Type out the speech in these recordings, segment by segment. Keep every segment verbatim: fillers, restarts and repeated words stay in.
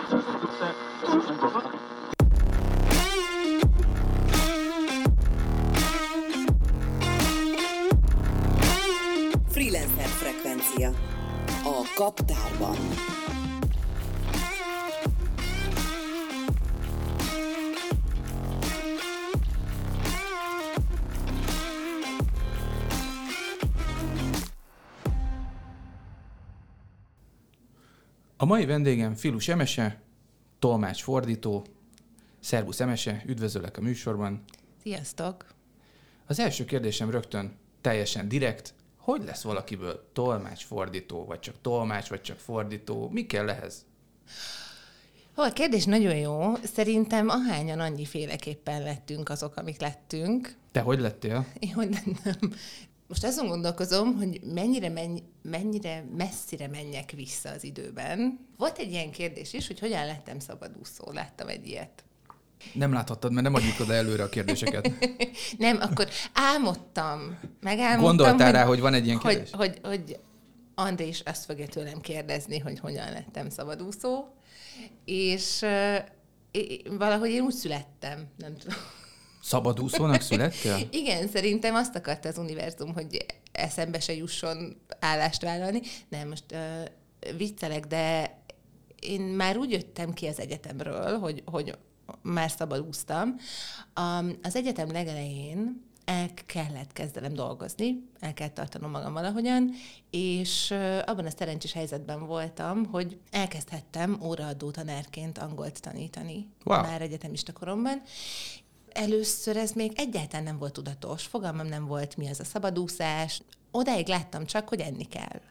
Freelancer frekvencia. A kaptárban. A mai vendégem Filus Emese, tolmács-fordító. Szervusz Emese, üdvözöllek a műsorban. Sziasztok! Az első kérdésem rögtön teljesen direkt. Hogy lesz valakiből tolmács-fordító, vagy csak tolmács, vagy csak fordító? Mi kell ehhez? Ó, a kérdés nagyon jó. Szerintem ahányan annyiféleképpen lettünk azok, amik lettünk. Te hogy lettél? Én hogy lettem? Most azon gondolkozom, hogy mennyire, menny- mennyire messzire menjek vissza az időben. Volt egy ilyen kérdés is, hogy hogyan lettem szabadúszó. Láttam egy ilyet. Nem láthattad, mert nem adjuk oda előre a kérdéseket. Nem, akkor álmodtam. Megálmodtam, Gondoltál hogy, rá, hogy van egy ilyen hogy, kérdés? hogy, hogy Andrés azt fogja tőlem kérdezni, hogy hogyan lettem szabadúszó. És uh, valahogy én úgy születtem, nem tudom. Szabadúszónak születtél? Igen, szerintem azt akarta az univerzum, hogy eszembe se jusson állást vállalni. Nem, most uh, viccelek, de én már úgy jöttem ki az egyetemről, hogy, hogy már szabadúztam. Um, az egyetem legelején el kellett kezdenem dolgozni, el kellett tartanom magam valahogyan, és uh, abban a szerencsés helyzetben voltam, hogy elkezdhettem óraadó tanárként angolt tanítani Wow. már egyetemista koromban. Először ez még egyáltalán nem volt tudatos, fogalmam nem volt, mi az a szabadúszás. Odáig láttam csak, hogy enni kell.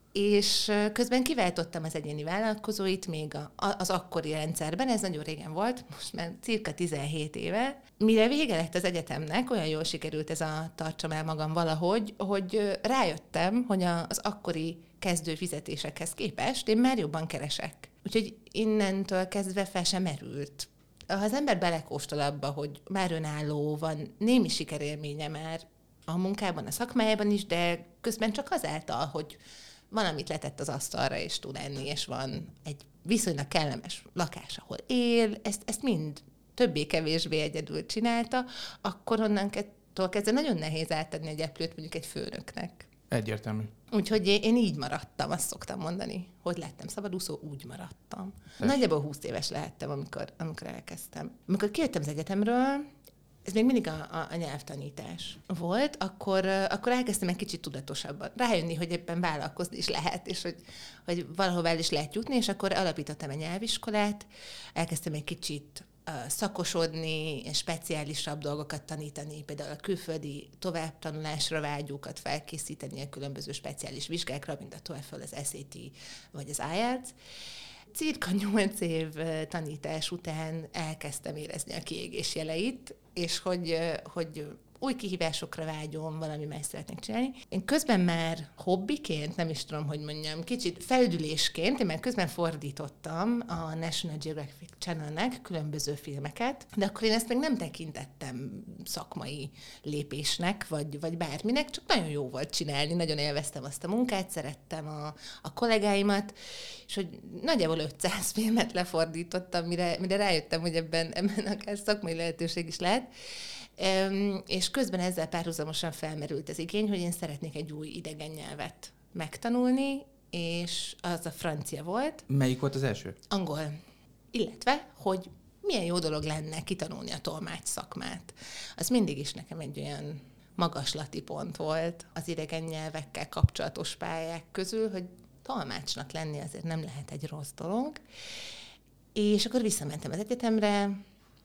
És közben kiváltottam az egyéni vállalkozóit még a, az akkori rendszerben, ez nagyon régen volt, most már cirka tizenhét éve. Mire vége lett az egyetemnek, olyan jól sikerült ez a tartsam el magam valahogy, hogy rájöttem, hogy az akkori kezdő fizetésekhez képest én már jobban keresek. Úgyhogy innentől kezdve fel sem merült. Ha az ember belekóstol abba, hogy már önálló, van némi sikerélménye már a munkában, a szakmájában is, de közben csak azáltal, hogy valamit letett az asztalra, és tud enni, és van egy viszonylag kellemes lakás, ahol él, ezt, ezt mind többé-kevésbé egyedül csinálta, akkor onnantól kezdve nagyon nehéz átadni egy eplőt mondjuk egy főnöknek. Egyértelmű. Úgyhogy én így maradtam, azt szoktam mondani, hogy lettem szabadúszó, úgy maradtam. Nagyjából húsz éves lehettem, amikor, amikor elkezdtem. Amikor kijöttem az egyetemről, ez még mindig a, a, a nyelvtanítás volt, akkor, akkor elkezdtem egy kicsit tudatosabban rájönni, hogy éppen vállalkozni is lehet, és hogy, hogy valahová el is lehet jutni, és akkor alapítottam egy nyelviskolát, elkezdtem egy kicsit uh, szakosodni, speciálisabb dolgokat tanítani, például a külföldi továbbtanulásra vágyókat felkészíteni a különböző speciális vizsgákra, mint a TOEFL, az es á té vagy az i e l t s. Cirka nyolc év tanítás után elkezdtem érezni a kiégés jeleit, és hogy, hogy új kihívásokra vágyom, valami más szeretnék csinálni. Én közben már hobbiként, nem is tudom, hogy mondjam, kicsit feldülésként, én már közben fordítottam a National Geographic Channelnek különböző filmeket, de akkor én ezt még nem tekintettem szakmai lépésnek, vagy, vagy bárminek, csak nagyon jó volt csinálni, nagyon élveztem azt a munkát, szerettem a, a kollégáimat, és hogy nagyjából ötszáz filmet lefordítottam, mire, mire rájöttem, hogy ebben, ebben akár szakmai lehetőség is lehet. Um, és közben ezzel párhuzamosan felmerült az igény, hogy én szeretnék egy új idegen nyelvet megtanulni, és az a francia volt. Melyik volt az első? Angol. Illetve, hogy milyen jó dolog lenne kitanulni a tolmács szakmát. Az mindig is nekem egy olyan magaslati pont volt az idegen nyelvekkel kapcsolatos pályák közül, hogy tolmácsnak lenni azért nem lehet egy rossz dolog. És akkor visszamentem az egyetemre,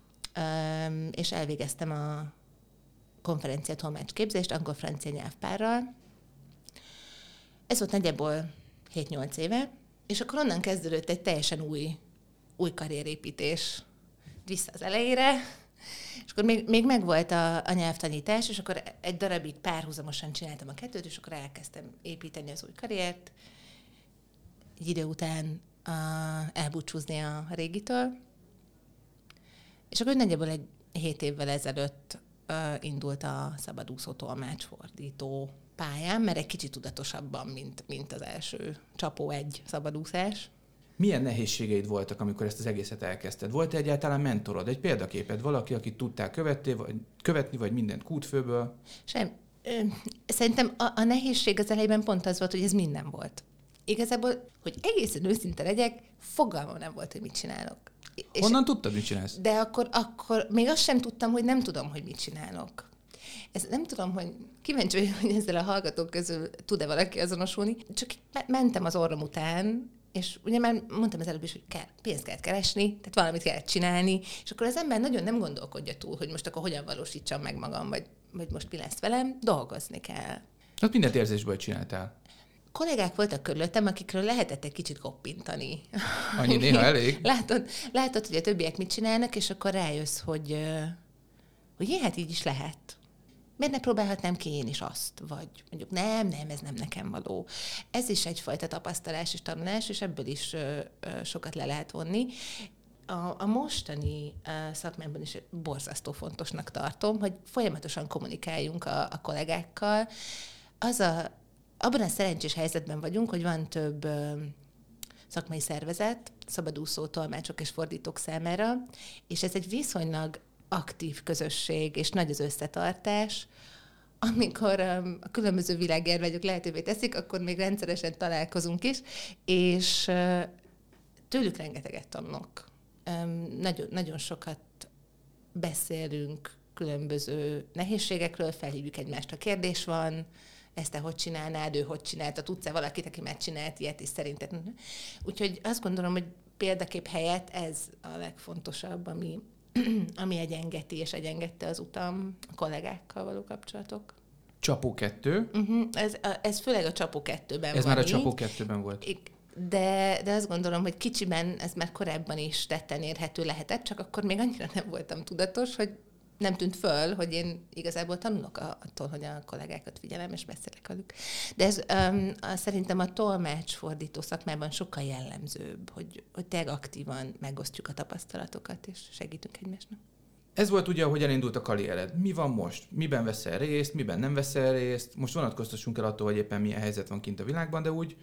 és elvégeztem a konferencia tolmácsképzést angol-francia nyelvpárral. Ez volt nagyjából hét-nyolc éve, és akkor onnan kezdődött egy teljesen új, új karrierépítés vissza az elejére, és akkor még, még megvolt a, a nyelvtanítás, és akkor egy darabig párhuzamosan csináltam a kettőt, és akkor elkezdtem építeni az új karriert, egy idő után uh, elbúcsúzni a régitől, és akkor nagyjából egy hét évvel ezelőtt uh, indult a szabadúszó tolmácsfordító pályám, mert egy kicsit tudatosabban, mint, mint az első csapó egy szabadúszás. Milyen nehézségeid voltak, amikor ezt az egészet elkezdted? Volt egyáltalán mentorod, egy példaképed, valaki, akit tudtál követni, vagy, követni, vagy mindent kútfőből? Sem. Szerintem a, a nehézség az elejében pont az volt, hogy ez minden volt. Igazából, hogy egészen őszinte legyek, fogalmam nem volt, hogy mit csinálok. Honnan és, tudtad, mit csinálsz? De akkor, akkor még azt sem tudtam, hogy nem tudom, hogy mit csinálok. Ez nem tudom, hogy kíváncsi vagyok, hogy ezzel a hallgatók közül tud-e valaki azonosulni. Csak mentem az orrom után, és ugye már mondtam az előbb is, hogy kell, pénzt kell keresni, tehát valamit kell csinálni, és akkor az ember nagyon nem gondolkodja túl, hogy most akkor hogyan valósítsam meg magam, vagy, vagy most mi lesz velem, dolgozni kell. Hát mindent érzésből csináltál. Kollégák voltak körülöttem, akikről lehetett egy kicsit koppintani. Annyi néha elég. Látod, látod, hogy a többiek mit csinálnak, és akkor rájössz, hogy, hogy ilyen, hát így is lehet. Miért ne próbálhatnám ki én is azt? Vagy mondjuk nem, nem, ez nem nekem való. Ez is egyfajta tapasztalás és tanulás, és ebből is ö, ö, sokat le lehet vonni. A, a mostani ö, szakmámban is borzasztó fontosnak tartom, hogy folyamatosan kommunikáljunk a, a kollégákkal. Az a, abban a szerencsés helyzetben vagyunk, hogy van több ö, szakmai szervezet, szabadúszó tolmácsok és fordítók számára, és ez egy viszonylag aktív közösség, és nagy az összetartás. Amikor um, a különböző világérvegyek lehetővé teszik, akkor még rendszeresen találkozunk is, és uh, tőlük rengeteget tanulok. Um, nagyon, nagyon sokat beszélünk különböző nehézségekről, felhívjuk egymást, ha kérdés van, ezt te hogy csinálnád, ő hogy csinálta, tudsz-e valakit, aki már csinált ilyet, és szerinted. Úgyhogy azt gondolom, hogy példakép helyett ez a legfontosabb, ami ami egyengeti és egyengedte az utam, a kollégákkal való kapcsolatok. Csapó kettő. Uh-huh. Ez, ez főleg a Csapó kettőben Ez van már a így. Csapó kettőben volt. De, de azt gondolom, hogy kicsiben ez már korábban is tetten érhető lehetett, csak akkor még annyira nem voltam tudatos, hogy nem tűnt föl, hogy én igazából tanulok attól, hogy a kollégákat figyelem, és beszélek velük. De ez um, a, szerintem a tolmácsfordító szakmában sokkal jellemzőbb, hogy, hogy tényleg aktívan megosztjuk a tapasztalatokat, és segítünk egymásnak. Ez volt ugye, ahogy elindult a karriered. Mi van most? Miben veszel részt? Miben nem veszel részt? Most vonatkoztassunk el attól, hogy éppen milyen helyzet van kint a világban, de úgy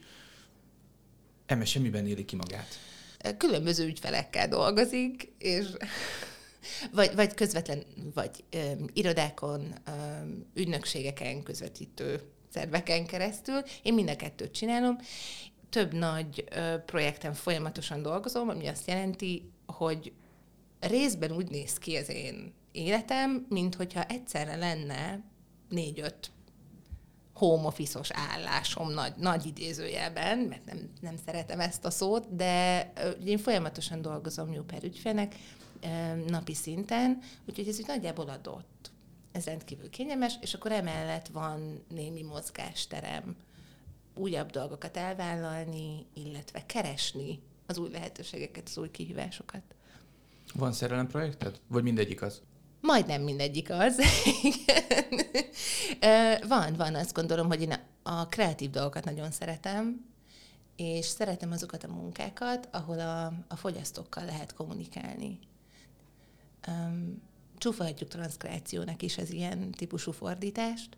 eme semmiben éli ki magát. Különböző ügyfelekkel dolgozik, és... Vagy, vagy közvetlen, vagy ö, irodákon, ö, ügynökségeken, közvetítő szerveken keresztül. Én mind a kettőt csinálom. Több nagy ö, projekten folyamatosan dolgozom, ami azt jelenti, hogy részben úgy néz ki az én életem, mint hogyha egyszerre lenne négy-öt home office-os állásom nagy, nagy idézőjelben, mert nem, nem szeretem ezt a szót, de ö, én folyamatosan dolgozom jó per ügyfélnek, napi szinten, úgyhogy ez úgy nagyjából adott. Ez rendkívül kényelmes, és akkor emellett van némi mozgásterem, újabb dolgokat elvállalni, illetve keresni az új lehetőségeket, az új kihívásokat. Van szerelem projekted? Vagy mindegyik az? Majdnem mindegyik az. van, van, azt gondolom, hogy én a kreatív dolgokat nagyon szeretem, és szeretem azokat a munkákat, ahol a, a fogyasztókkal lehet kommunikálni. Um, csúfolhatjuk transzkreációnak is az ilyen típusú fordítást,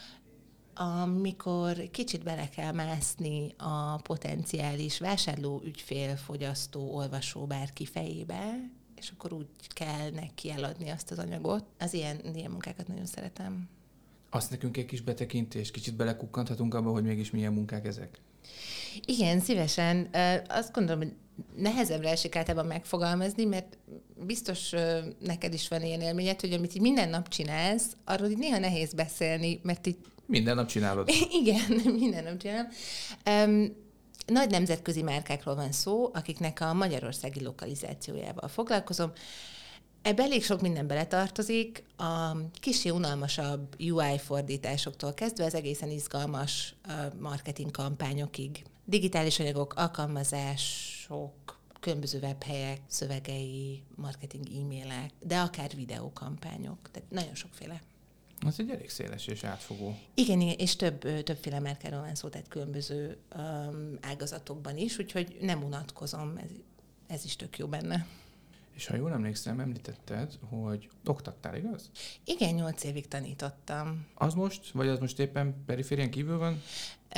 amikor kicsit bele kell mászni a potenciális vásárló, ügyfél, fogyasztó, olvasó, bárki fejébe, és akkor úgy kell neki eladni azt az anyagot. Az ilyen, ilyen munkákat nagyon szeretem. Azt nekünk egy kis betekintés, kicsit belekukkanthatunk abba, hogy mégis milyen munkák ezek? Igen, szívesen. Azt gondolom, hogy nehezemre esik általában megfogalmazni, mert biztos neked is van ilyen élményed, hogy amit így minden nap csinálsz, arról így néha nehéz beszélni, mert így... Minden nap csinálod. Igen, minden nap csinálom. Um, nagy nemzetközi márkákról van szó, akiknek a magyarországi lokalizációjával foglalkozom. Ebbe elég sok minden beletartozik, a kicsi unalmasabb u i fordításoktól kezdve az egészen izgalmas marketing kampányokig. Digitális anyagok, alkalmazások, különböző webhelyek, szövegei, marketing e-mailek, de akár videókampányok, tehát nagyon sokféle. Az egy elég széles és átfogó. Igen, és több, többféle márkáról van szó, tehát különböző um, ágazatokban is, úgyhogy nem unatkozom, ez, ez is tök jó benne. És ha jól emlékszem, említetted, hogy oktattál, igaz? Igen, nyolc évig tanítottam. Az most, vagy az most éppen periférián kívül van? Um,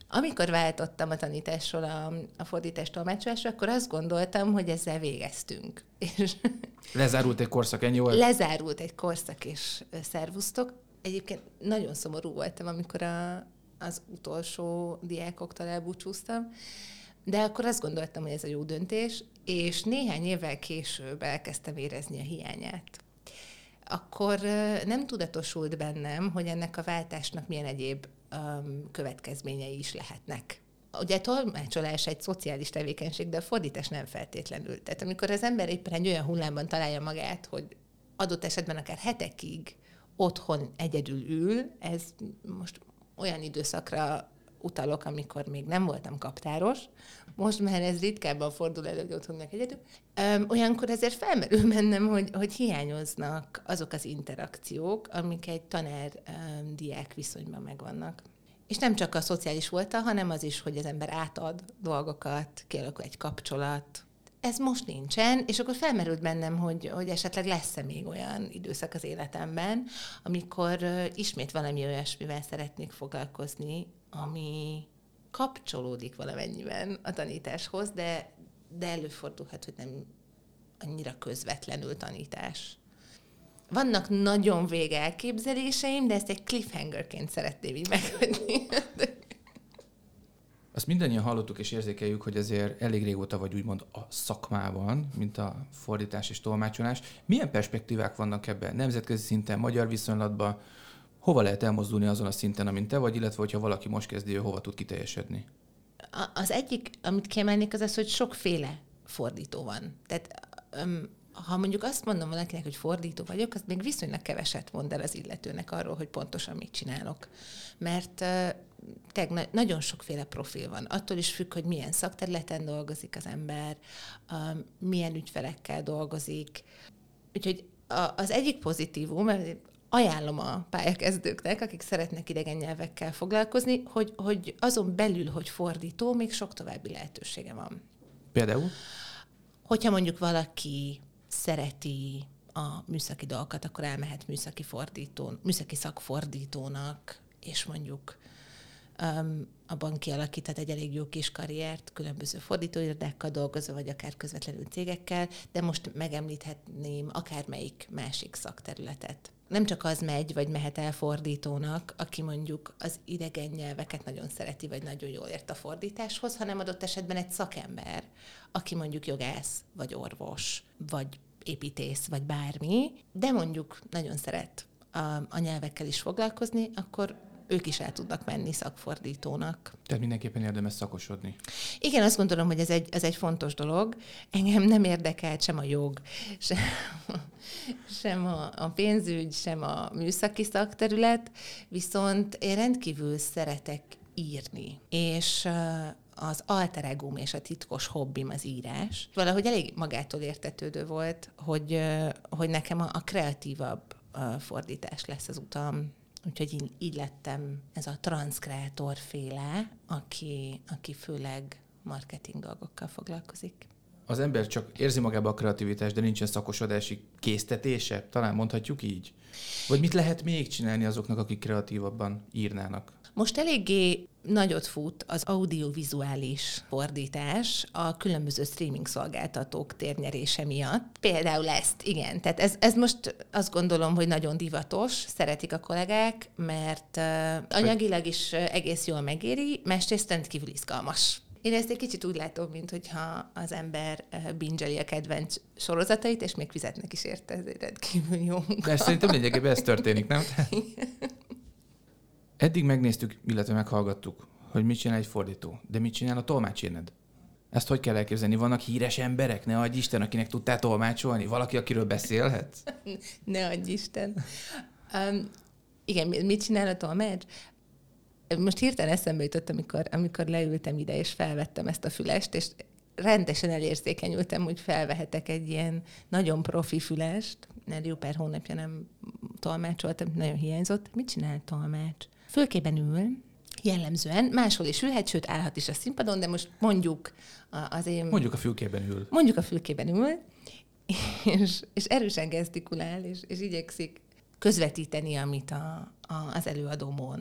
Amikor váltottam a tanításról a, a fordítás tolmácsolásra, akkor azt gondoltam, hogy ezzel végeztünk. És lezárult egy korszak, ennyi volt? Lezárult egy korszak, és szervusztok. Egyébként nagyon szomorú voltam, amikor a, az utolsó diákoktól elbúcsúztam, de akkor azt gondoltam, hogy ez a jó döntés, és néhány évvel később elkezdtem érezni a hiányát. Akkor nem tudatosult bennem, hogy ennek a váltásnak milyen egyéb um, következményei is lehetnek. Ugye tolmácsolás egy szociális tevékenység, de a fordítás nem feltétlenül. Tehát amikor az ember éppen egy olyan hullámban találja magát, hogy adott esetben akár hetekig otthon egyedül ül, ez most olyan időszakra utalok, amikor még nem voltam kaptáros, most már ez ritkábban fordul elő, hogy otthon meg egyedül. Öm, olyankor ezért felmerül bennem, hogy, hogy hiányoznak azok az interakciók, amik egy tanár-diák viszonyban megvannak. És nem csak a szociális volta, hanem az is, hogy az ember átad dolgokat, kialakul egy kapcsolat. Ez most nincsen, és akkor felmerült bennem, hogy, hogy esetleg lesz-e még olyan időszak az életemben, amikor ismét valami olyasmivel szeretnék foglalkozni, ami kapcsolódik valamennyiben a tanításhoz, de, de előfordulhat, hogy nem annyira közvetlenül tanítás. Vannak nagyon vége elképzeléseim, de ezt egy cliffhangerként szeretném így meghagyni. Azt mindannyian hallottuk és érzékeljük, hogy azért elég régóta vagy úgymond a szakmában, mint a fordítás és tolmácsolás. Milyen perspektívák vannak ebben? Nemzetközi szinten, magyar viszonylatban? Hova lehet elmozdulni azon a szinten, amint te vagy, illetve hogyha valaki most kezdi, hova tud kiteljesedni? Az egyik, amit kiemelnék, az az, hogy sokféle fordító van. Tehát ha mondjuk azt mondom valakinek, hogy fordító vagyok, az még viszonylag keveset mond el az illetőnek arról, hogy pontosan mit csinálok. Mert tényleg nagyon sokféle profil van. Attól is függ, hogy milyen szakterületen dolgozik az ember, milyen ügyfelekkel dolgozik. Úgyhogy az egyik pozitívum, ajánlom a pályakezdőknek, akik szeretnek idegen nyelvekkel foglalkozni, hogy, hogy azon belül, hogy fordító, még sok további lehetősége van. Például? Hogyha mondjuk valaki szereti a műszaki dolgokat, akkor elmehet műszaki fordítón, műszaki szakfordítónak, és mondjuk um, abban kialakíthat egy elég jó kis karriert, különböző fordítóirodákkal dolgozva, vagy akár közvetlenül cégekkel, de most megemlíthetném akármelyik másik szakterületet. Nem csak az megy, vagy mehet el fordítónak, aki mondjuk az idegen nyelveket nagyon szereti, vagy nagyon jól ért a fordításhoz, hanem adott esetben egy szakember, aki mondjuk jogász, vagy orvos, vagy építész, vagy bármi, de mondjuk nagyon szeret a, a nyelvekkel is foglalkozni, akkor ők is el tudnak menni szakfordítónak. Tehát mindenképpen érdemes szakosodni. Igen, azt gondolom, hogy ez egy, ez egy fontos dolog. Engem nem érdekelt sem a jog, sem, sem a, a pénzügy, sem a műszaki szakterület, viszont én rendkívül szeretek írni. És az alter egóm és a titkos hobbim az írás. Valahogy elég magától értetődő volt, hogy, hogy nekem a, a kreatívabb fordítás lesz az utam. Úgyhogy így, így lettem ez a transzkreátor féle, aki, aki főleg marketing dolgokkal foglalkozik. Az ember csak érzi magába a kreativitást, de nincsen szakosodási késztetése? Talán mondhatjuk így? Vagy mit lehet még csinálni azoknak, akik kreatívabban írnának? Most eléggé nagyot fut az audiovizuális fordítás a különböző streaming szolgáltatók térnyerése miatt. Például ezt, igen. Tehát ez, ez most azt gondolom, hogy nagyon divatos, szeretik a kollégák, mert uh, anyagilag is egész jól megéri, másrészt rendkívül izgalmas. Én ezt egy kicsit úgy látom, mintha az ember binge-eli a kedvenc sorozatait, és még fizetnek is érte, ez egy rendkívül jó munka. De szerintem lényegében ez történik, nem? Eddig megnéztük, illetve meghallgattuk, hogy mit csinál egy fordító, de mit csinál a tolmácséned? Ezt hogy kell elképzelni? Vannak híres emberek? Ne adj Isten, akinek tudtál tolmácsolni? Valaki, akiről beszélhetsz? Ne adj Isten. Um, igen, mit csinál a tolmács? Most hirtelen eszembe jutott, amikor, amikor leültem ide, és felvettem ezt a fülest, és rendesen elérzékenyültem, hogy felvehetek egy ilyen nagyon profi fülest, mert jó pár hónapja nem tolmácsoltam, nagyon hiányzott. Mit csinál tolmács? Fülkében ül, jellemzően, máshol is ülhet, sőt állhat is a színpadon, de most mondjuk az én... Mondjuk a fülkében ül. Mondjuk a fülkében ül, és, és erősen gesztikulál, és, és igyekszik közvetíteni, amit a, a, az előadó mond.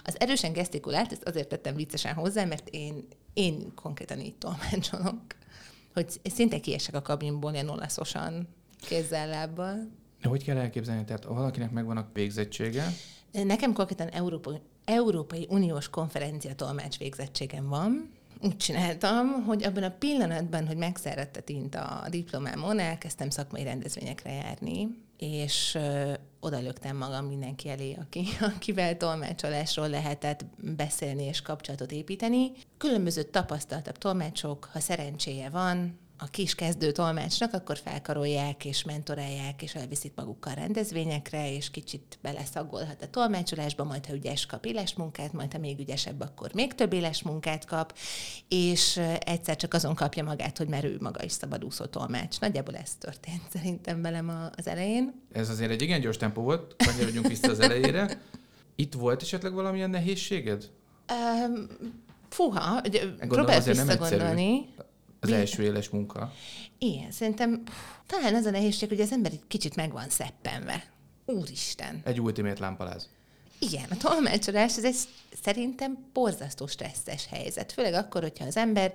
Az erősen gesztikulált, ezt azért tettem viccesen hozzá, mert én, én konkrétan így tolmácsolok, hogy szinte kiesek a kabinból ilyen olaszosan, kézzel, lábbal. De hogy kell elképzelni? Tehát valakinek megvan a végzettsége? Nekem konkrétan Európai, Európai Uniós konferencia tolmács végzettségem van. Úgy csináltam, hogy abban a pillanatban, hogy megszerett a tinta a diplomámon, elkezdtem szakmai rendezvényekre járni, és ö, odalöktem magam mindenki elé, aki, akivel tolmácsolásról lehetett beszélni és kapcsolatot építeni. Különböző tapasztaltabb tolmácsok, ha szerencséje van, a kis kezdő tolmácsnak, akkor felkarolják és mentorálják, és elviszik magukkal rendezvényekre, és kicsit beleszagolhat a tolmácsolásba, majd ha ügyes, kap éles munkát, majd ha még ügyesebb, akkor még több éles munkát kap, és egyszer csak azon kapja magát, hogy már ő maga is szabadúszó tolmács. Nagyjából ez történt szerintem velem az elején. Ez azért egy igen gyors tempó volt, kanyarodjunk vissza az elejére. Itt volt esetleg valamilyen nehézséged? Um, fúha, próbálj visszagondolni. Az Mi? első éles munka. Igen, szerintem talán az a nehézség, hogy az ember egy kicsit meg van szeppenve. Úristen. Egy ultimate lámpaláz. Igen, a tolmácsolás, ez egy szerintem borzasztó stresszes helyzet. Főleg akkor, hogyha az ember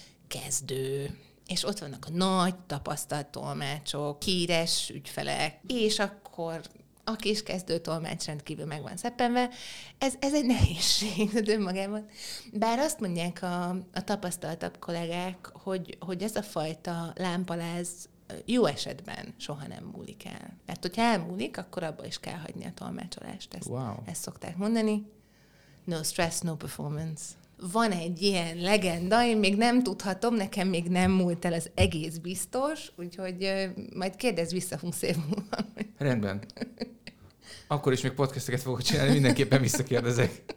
kezdő, és ott vannak a nagy tapasztalt tolmácsok, híres ügyfelek, és akkor a kis kezdő tolmács rendkívül meg van szeppenve. Ez, ez egy nehézség önmagában. Bár azt mondják a, a tapasztaltabb kollégák, hogy, hogy ez a fajta lámpaláz jó esetben soha nem múlik el. Mert hogyha elmúlik, akkor abba is kell hagyni a tolmácsolást. Ezt, wow. ezt szokták mondani. No stress, no performance. Van egy ilyen legenda, én még nem tudhatom, nekem még nem múlt el az egész biztos, úgyhogy uh, majd kérdezz vissza húsz év múlva. Rendben. Akkor is még podcasteket fogok csinálni, mindenképpen visszakérdezek.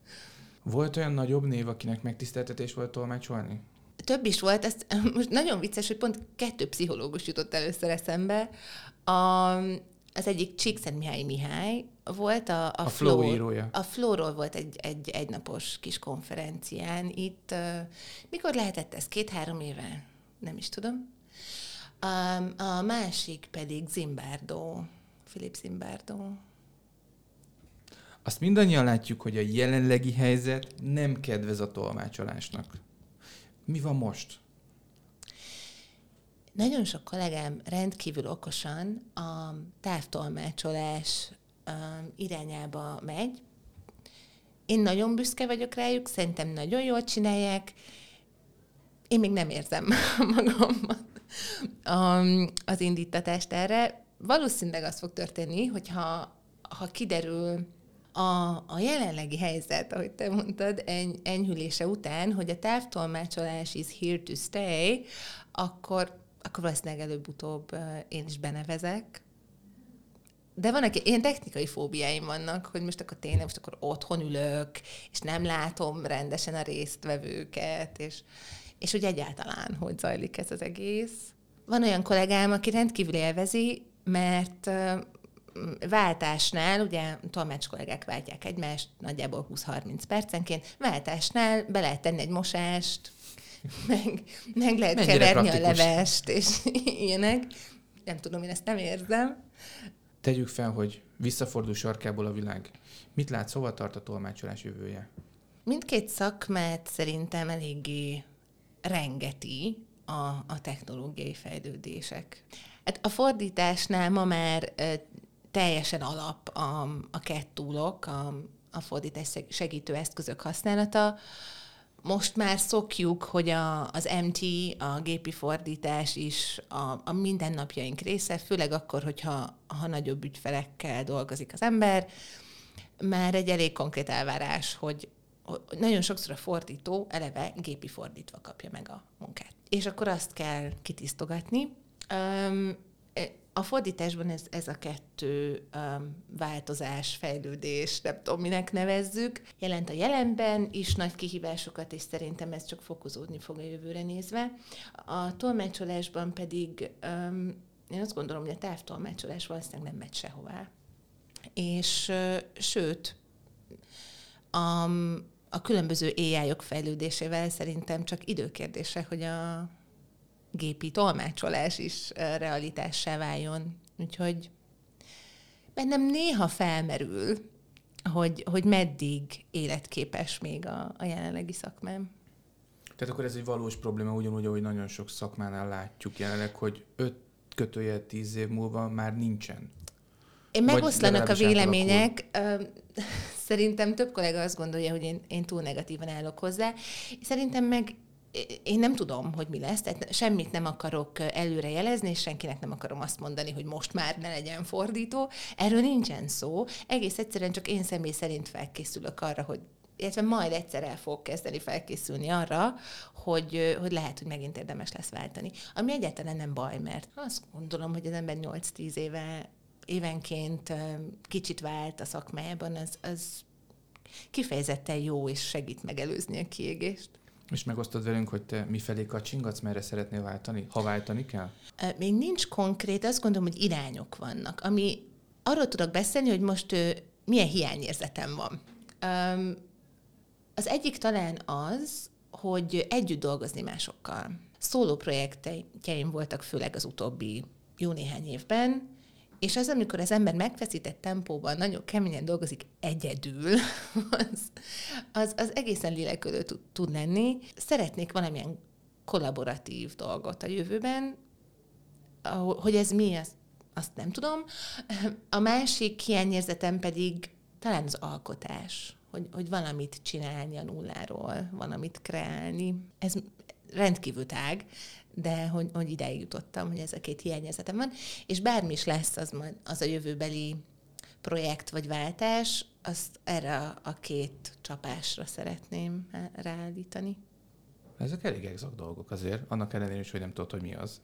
Volt olyan nagyobb név, akinek megtiszteltetés volt tolmácsolni? Több is volt, ez most nagyon vicces, hogy pont kettő pszichológus jutott először eszembe. A, az egyik Csíkszentmihalyi Mihály volt, a, a, a Flow Flow írója. A Flowról volt egy, egy egynapos kis konferencián. Itt, uh, mikor lehetett ez? Két-három éve? Nem is tudom. Um, a másik pedig Zimbardo, Philip Zimbardo. Azt mindannyian látjuk, hogy a jelenlegi helyzet nem kedvez a tolmácsolásnak. Mi van most? Nagyon sok kollégám rendkívül okosan a távtolmácsolás um, irányába megy. Én nagyon büszke vagyok rájuk, szerintem nagyon jól csinálják. Én még nem érzem magamban um, az indítatást erre. Valószínűleg az fog történni, hogyha ha kiderül a, a jelenlegi helyzet, ahogy te mondtad, eny, enyhülése után, hogy a távtolmácsolás is here to stay, akkor, akkor valószínűleg előbb-utóbb uh, én is benevezek. De vannak ilyen technikai fóbiáim vannak, hogy most akkor tényleg most akkor otthon ülök, és nem látom rendesen a résztvevőket, és, és úgy egyáltalán, hogy zajlik ez az egész. Van olyan kollégám, aki rendkívül élvezi, mert uh, váltásnál, ugye tolmács kollégák váltják egymást nagyjából húsz-harminc percenként, váltásnál be lehet tenni egy mosást, meg, meg lehet mennyire keverni praktikus. a levest, és ilyenek. Nem tudom, én ezt nem érzem. Tegyük fel, hogy visszafordul sarkából a világ. Mit látsz, hova tart a tolmácsolás jövője? Mindkét szakmát szerintem eléggé rengeti a, a technológiai fejlődések. Hát a fordításnál ma már teljesen alap a, a cat toolok, a, a fordítás segítő eszközök használata. Most már szokjuk, hogy a, az em té, a gépi fordítás is a, a mindennapjaink része, főleg akkor, hogyha ha nagyobb ügyfelekkel dolgozik az ember. Már egy elég konkrét elvárás, hogy, hogy nagyon sokszor a fordító eleve gépi fordítva kapja meg a munkát. És akkor azt kell kitisztogatni. Um, A fordításban ez, ez a kettő um, változás, fejlődés, nem tudom, minek nevezzük, jelent a jelenben is nagy kihívásokat, és szerintem ez csak fokozódni fog a jövőre nézve. A tolmácsolásban pedig um, én azt gondolom, hogy a távtolmácsolás valószínűleg nem megy sehová. És uh, sőt, a, a különböző á í-ok fejlődésével szerintem csak időkérdése, hogy a gépi tolmácsolás is realitássá váljon. Úgyhogy bennem néha felmerül hogy, hogy meddig életképes még a, a jelenlegi szakmám. Tehát akkor ez egy valós probléma, ugyanúgy, ahogy nagyon sok szakmánál látjuk jelenleg, hogy öt kötőjel tíz év múlva már nincsen. Én megoszlanak a vélemények. Átalakul. Szerintem több kollega azt gondolja, hogy én, én túl negatívan állok hozzá. Szerintem meg én nem tudom, hogy mi lesz, tehát semmit nem akarok előre jelezni, és senkinek nem akarom azt mondani, hogy most már ne legyen fordító. Erről nincsen szó. Egész egyszerűen csak én személy szerint felkészülök arra, hogy illetve majd egyszer el fogok kezdeni felkészülni arra, hogy, hogy lehet, hogy megint érdemes lesz váltani. Ami egyáltalán nem baj, mert azt gondolom, hogy az ember nyolc-tíz éve évenként kicsit vált a szakmájában, az, az kifejezetten jó, és segít megelőzni a kiégést. És megosztod velünk, hogy te mifelé kacsingatsz, merre szeretnél váltani, ha váltani kell? Még nincs konkrét, azt gondolom, hogy irányok vannak, ami arról tudok beszélni, hogy most milyen hiányérzetem van. Az egyik talán az, hogy együtt dolgozni másokkal. Szóló projektjeim voltak főleg az utóbbi jó néhány évben, és az, amikor az ember megfeszített tempóban nagyon keményen dolgozik egyedül, az, az, az egészen lélekölő tud, tud lenni. Szeretnék valamilyen kollaboratív dolgot a jövőben, hogy ez mi, azt, azt nem tudom. A másik hiányérzetem pedig talán az alkotás, hogy, hogy valamit csinálni a nulláról, valamit kreálni. Ez rendkívül tág, de hogy, hogy ideig jutottam, hogy ez a két hiányérzetem van, és bármi is lesz az, majd, az a jövőbeli projekt vagy váltás, azt erre a két csapásra szeretném ráállítani. Ezek elég exakt dolgok azért, annak ellenére is, hogy nem tudod, hogy mi az.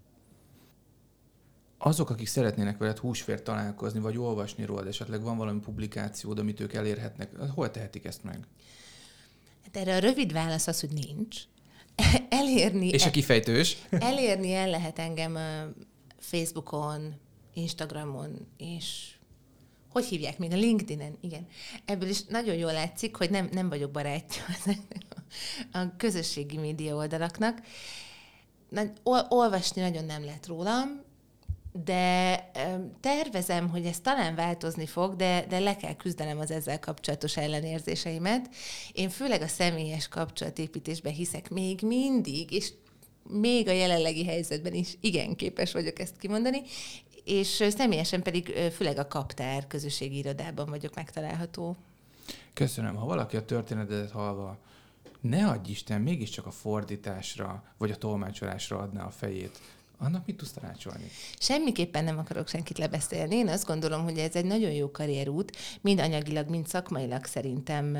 Azok, akik szeretnének veled húsvért találkozni, vagy olvasni rólad, esetleg van valami publikációd, amit ők elérhetnek, hol tehetik ezt meg? Hát erre a rövid válasz az, hogy nincs. Elérni, és a kifejtős. Elérni el lehet engem Facebookon, Instagramon, és hogy hívják még? A LinkedIn-en, igen. Ebből is nagyon jól látszik, hogy nem, nem vagyok barátja a közösségi média oldalaknak. Olvasni nagyon nem lehet rólam, de tervezem, hogy ez talán változni fog, de, de le kell küzdenem az ezzel kapcsolatos ellenérzéseimet. Én főleg a személyes kapcsolatépítésben hiszek még mindig, és még a jelenlegi helyzetben is igen képes vagyok ezt kimondani, és személyesen pedig főleg a Kaptár közösségi irodában vagyok megtalálható. Köszönöm. Ha valaki a történetet hallva, ne adj Isten, mégiscsak a fordításra, vagy a tolmácsolásra adná a fejét, annak mit tudsz tanácsolni? Semmiképpen nem akarok senkit lebeszélni. Én azt gondolom, hogy ez egy nagyon jó karrierút, mind anyagilag, mind szakmailag szerintem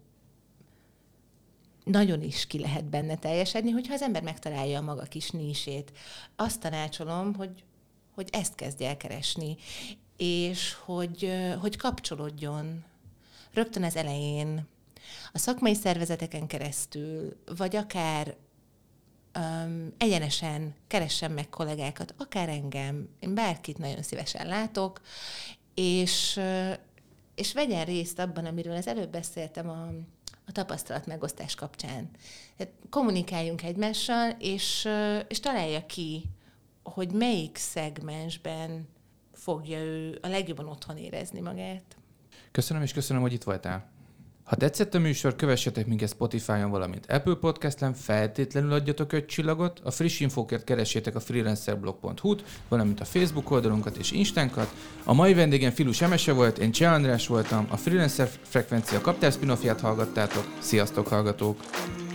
nagyon is ki lehet benne teljesedni, hogyha az ember megtalálja a maga kis nísét. Azt tanácsolom, hogy, hogy ezt kezdje el keresni, és hogy, hogy kapcsolódjon rögtön az elején a szakmai szervezeteken keresztül, vagy akár Um, egyenesen keressen meg kollégákat, akár engem, én bárkit nagyon szívesen látok, és, uh, és vegyen részt abban, amiről az előbb beszéltem a, a tapasztalat megosztás kapcsán. Tehát kommunikáljunk egymással, és, uh, és találja ki, hogy melyik szegmensben fogja ő a legjobban otthon érezni magát. Köszönöm, és köszönöm, hogy itt voltál. Ha tetszett a műsor, kövessetek minket Spotify-on, valamint Apple Podcast-en, feltétlenül adjatok öt csillagot, a friss infókért keressétek a freelancerblog pont hu-t, valamint a Facebook oldalunkat és Instánkat. A mai vendégem Filus Emese volt, én Cseh András voltam, a Freelancer Frekvencia Kaptár spin-offját hallgattátok. Sziasztok, hallgatók!